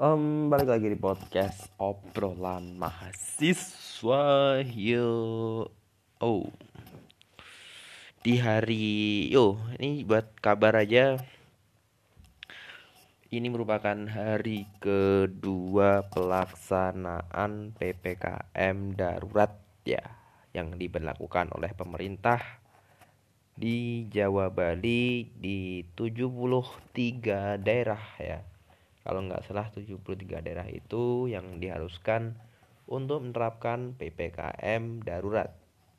Balik lagi di podcast obrolan mahasiswa. Oh, di hari ini buat kabar aja. Ini merupakan hari kedua pelaksanaan PPKM darurat ya, yang diberlakukan oleh pemerintah di Jawa Bali di 73 daerah ya. Kalau nggak salah 73 daerah itu yang diharuskan untuk menerapkan PPKM darurat.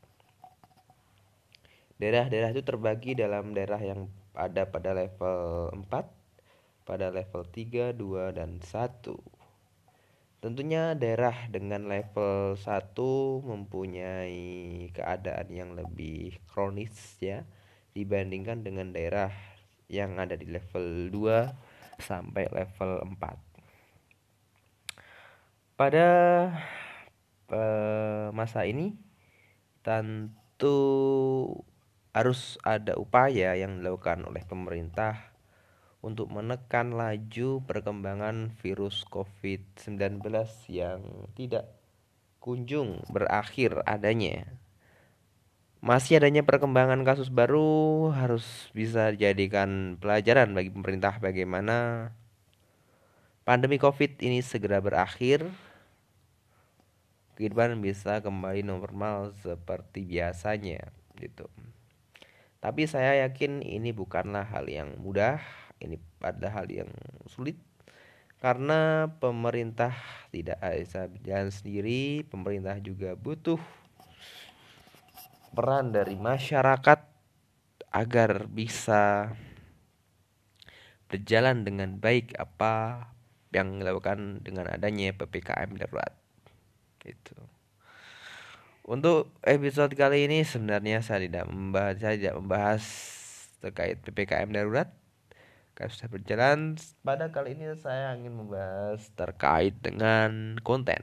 Daerah-daerah itu terbagi dalam daerah yang ada pada level 4, pada level 3, 2, dan 1. Tentunya daerah dengan level 1 mempunyai keadaan yang lebih kronis ya dibandingkan dengan daerah yang ada di level 2 sampai level 4. Pada masa ini tentu harus ada upaya yang dilakukan oleh pemerintah untuk menekan laju perkembangan virus COVID-19 yang tidak kunjung berakhir adanya. Masih adanya perkembangan kasus baru harus bisa dijadikan pelajaran bagi pemerintah bagaimana pandemi COVID ini segera berakhir, kehidupan bisa kembali normal seperti biasanya gitu. Tapi saya yakin ini bukanlah hal yang mudah, ini adalah hal yang sulit karena pemerintah tidak bisa berjalan sendiri, pemerintah juga butuh peran dari masyarakat agar bisa berjalan dengan baik apa yang dilakukan dengan adanya PPKM darurat. Gitu. Untuk episode kali ini sebenarnya saya tidak membahas terkait PPKM darurat. Karena sudah berjalan, pada kali ini saya ingin membahas terkait dengan konten.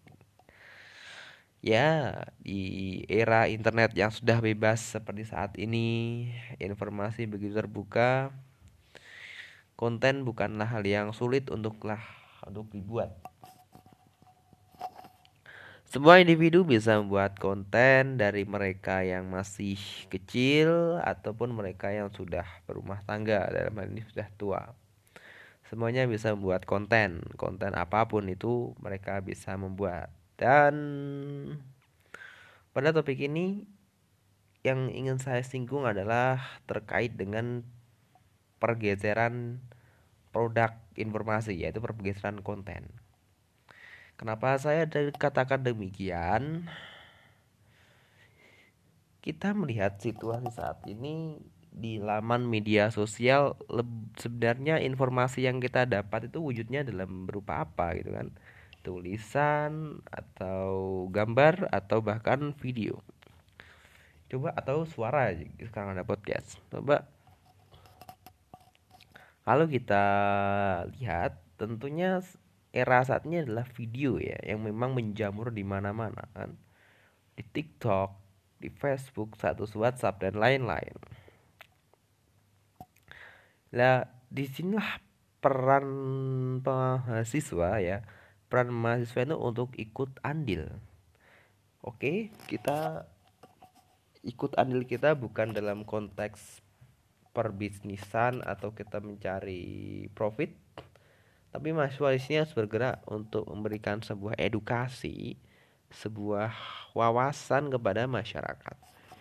Ya, di era internet yang sudah bebas seperti saat ini, informasi begitu terbuka, konten bukanlah hal yang sulit untuk dibuat. Semua individu bisa membuat konten, dari mereka yang masih kecil ataupun mereka yang sudah berumah tangga, dalam hal ini sudah tua. Semuanya bisa membuat konten, konten apapun itu mereka bisa membuat. Dan pada topik ini yang ingin saya singgung adalah terkait dengan pergeseran produk informasi, yaitu pergeseran konten. Kenapa saya katakan demikian? Kita melihat situasi saat ini di laman media sosial, sebenarnya informasi yang kita dapat itu wujudnya dalam berupa apa gitu kan? Tulisan atau gambar atau bahkan video. Coba atau suara, sekarang ada podcast. Coba kalau kita lihat, tentunya era saat ini adalah video ya, yang memang menjamur di mana-mana kan. Di TikTok, di Facebook, status WhatsApp dan lain-lain. Lah, disinilah peran mahasiswa ya. Peran mahasiswa itu untuk ikut andil. Oke, kita ikut andil kita bukan dalam konteks perbisnisan atau kita mencari profit, tapi mahasiswa di sini harus bergerak untuk memberikan sebuah edukasi, sebuah wawasan kepada masyarakat.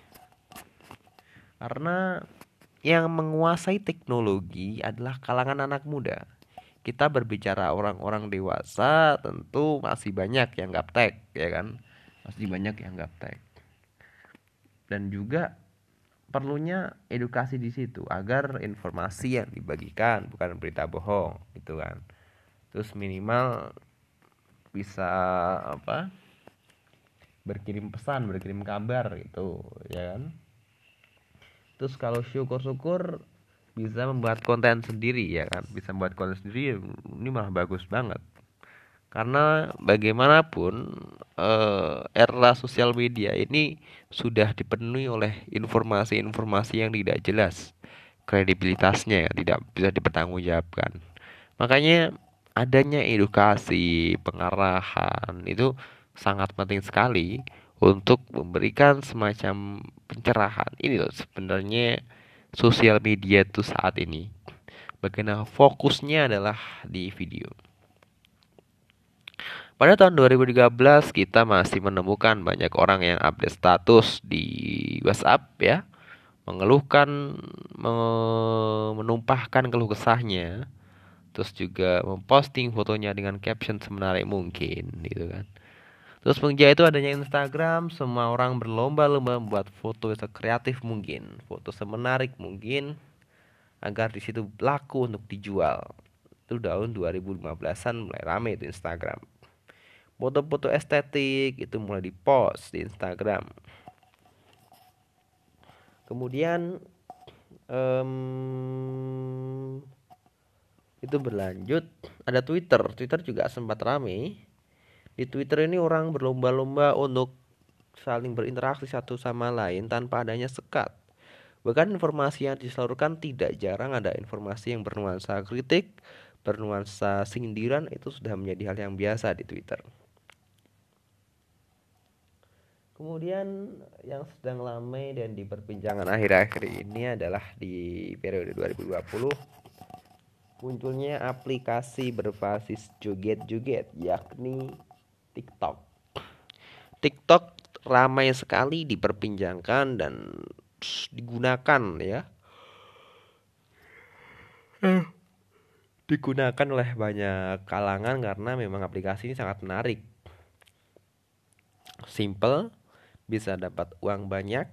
Karena yang menguasai teknologi adalah kalangan anak muda. Kita berbicara orang-orang dewasa, tentu masih banyak yang gaptek, ya kan? Masih banyak yang gaptek. Dan juga perlunya edukasi di situ agar informasi yang dibagikan bukan berita bohong, gitu kan. Terus minimal bisa apa? Berkirim pesan, berkirim kabar gitu, ya kan? Terus kalau syukur-syukur bisa membuat konten sendiri ya kan, bisa membuat konten sendiri, ini malah bagus banget. Karena bagaimanapun era sosial media ini sudah dipenuhi oleh informasi-informasi yang tidak jelas kredibilitasnya, ya tidak bisa dipertanggungjawabkan. Makanya adanya edukasi, pengarahan itu sangat penting sekali untuk memberikan semacam pencerahan. Ini loh sebenarnya sosial media itu saat ini. Bagaimana fokusnya adalah di video. Pada tahun 2013 kita masih menemukan banyak orang yang update status di WhatsApp ya, mengeluhkan, menumpahkan keluh kesahnya, terus juga memposting fotonya dengan caption semenarik mungkin gitu kan. Terus menjadi itu adanya Instagram, semua orang berlomba-lomba membuat foto sekreatif mungkin, foto semenarik mungkin agar di situ laku untuk dijual. Itu tahun 2015-an mulai rame itu Instagram. Foto-foto estetik itu mulai dipost di Instagram. Kemudian itu berlanjut ada Twitter. Twitter juga sempat rame. Di Twitter ini orang berlomba-lomba untuk saling berinteraksi satu sama lain tanpa adanya sekat. Bahkan informasi yang disalurkan tidak jarang ada informasi yang bernuansa kritik, bernuansa sindiran, itu sudah menjadi hal yang biasa di Twitter. Kemudian yang sedang ramai dan diperbincangkan akhir-akhir ini adalah di periode 2020 munculnya aplikasi berbasis joget-joget yakni TikTok. TikTok ramai sekali diperbincangkan dan digunakan ya. Digunakan oleh banyak kalangan karena memang aplikasi ini sangat menarik. Simple, bisa dapat uang banyak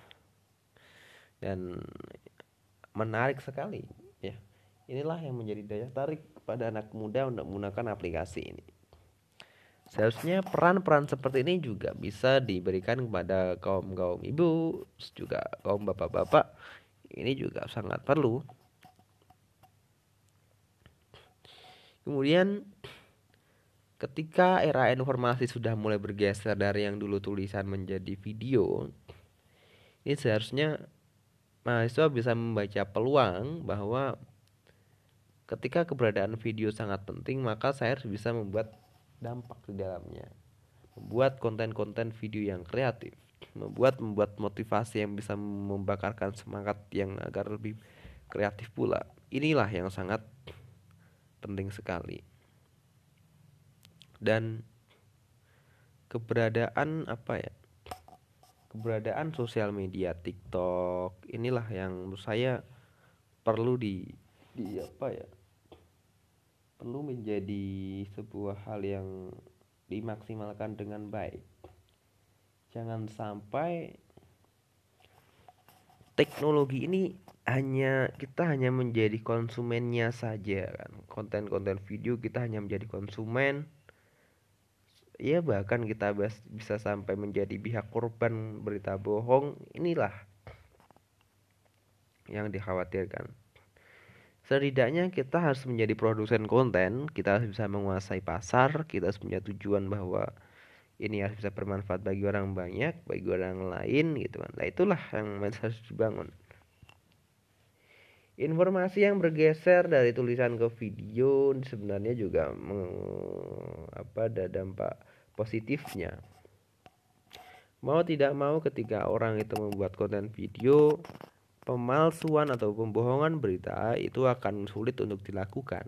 dan menarik sekali ya. Inilah yang menjadi daya tarik kepada anak muda untuk menggunakan aplikasi ini. Seharusnya peran-peran seperti ini juga bisa diberikan kepada kaum-kaum ibu, juga kaum bapak-bapak. Ini juga sangat perlu. Kemudian ketika era informasi sudah mulai bergeser dari yang dulu tulisan menjadi video, ini seharusnya mahasiswa bisa membaca peluang bahwa ketika keberadaan video sangat penting, maka saya harus bisa membuat dampak di dalamnya. Membuat konten-konten video yang kreatif, membuat motivasi yang bisa membakarkan semangat yang agar lebih kreatif pula. Inilah yang sangat penting sekali. Dan keberadaan keberadaan sosial media TikTok inilah yang menurut saya perlu perlu menjadi sebuah hal yang dimaksimalkan dengan baik. Jangan sampai teknologi ini kita hanya menjadi konsumennya saja kan. Konten-konten video kita hanya menjadi konsumen. Ya bahkan kita bisa sampai menjadi pihak korban berita bohong. Inilah yang dikhawatirkan. Setidaknya kita harus menjadi produsen konten, kita harus bisa menguasai pasar, kita harus punya tujuan bahwa ini harus bisa bermanfaat bagi orang banyak, bagi orang lain gitu kan. Nah, itulah yang harus dibangun. Informasi yang bergeser dari tulisan ke video sebenarnya juga ada dampak positifnya. Mau tidak mau ketika orang itu membuat konten video, pemalsuan atau pembohongan berita itu akan sulit untuk dilakukan.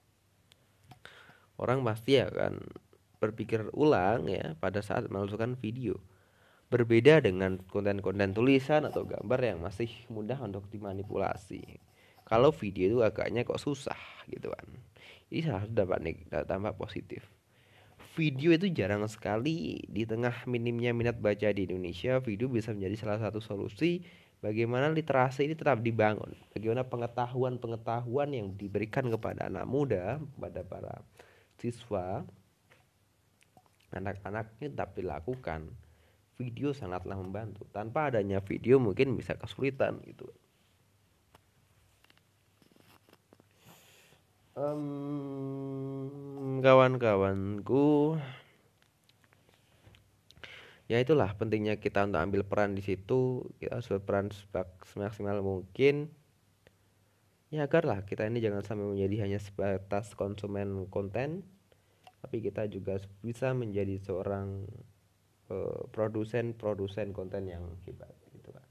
Orang pasti akan berpikir ulang ya pada saat memasukkan video. Berbeda dengan konten-konten tulisan atau gambar yang masih mudah untuk dimanipulasi. Kalau video itu agaknya kok susah gitu kan. Ini salah satu dampak positif. Video itu jarang sekali di tengah minimnya minat baca di Indonesia. Video bisa menjadi salah satu solusi bagaimana literasi ini tetap dibangun. Bagaimana pengetahuan yang diberikan kepada anak muda, kepada para siswa, anak-anak ini tetap dilakukan. Video sangatlah membantu. Tanpa adanya video mungkin bisa kesulitan gitu. Kawan-kawanku, ya itulah pentingnya kita untuk ambil peran di situ. Kita harus berperan semaksimal mungkin Ya agarlah kita ini jangan sampai menjadi hanya sebatas konsumen konten, tapi kita juga bisa menjadi seorang produsen konten yang hebat gitu kan.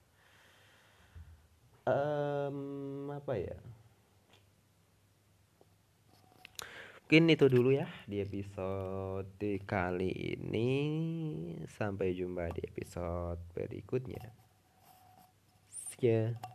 Apa ya, mungkin itu dulu ya di episode kali ini. Sampai jumpa di episode berikutnya. See ya.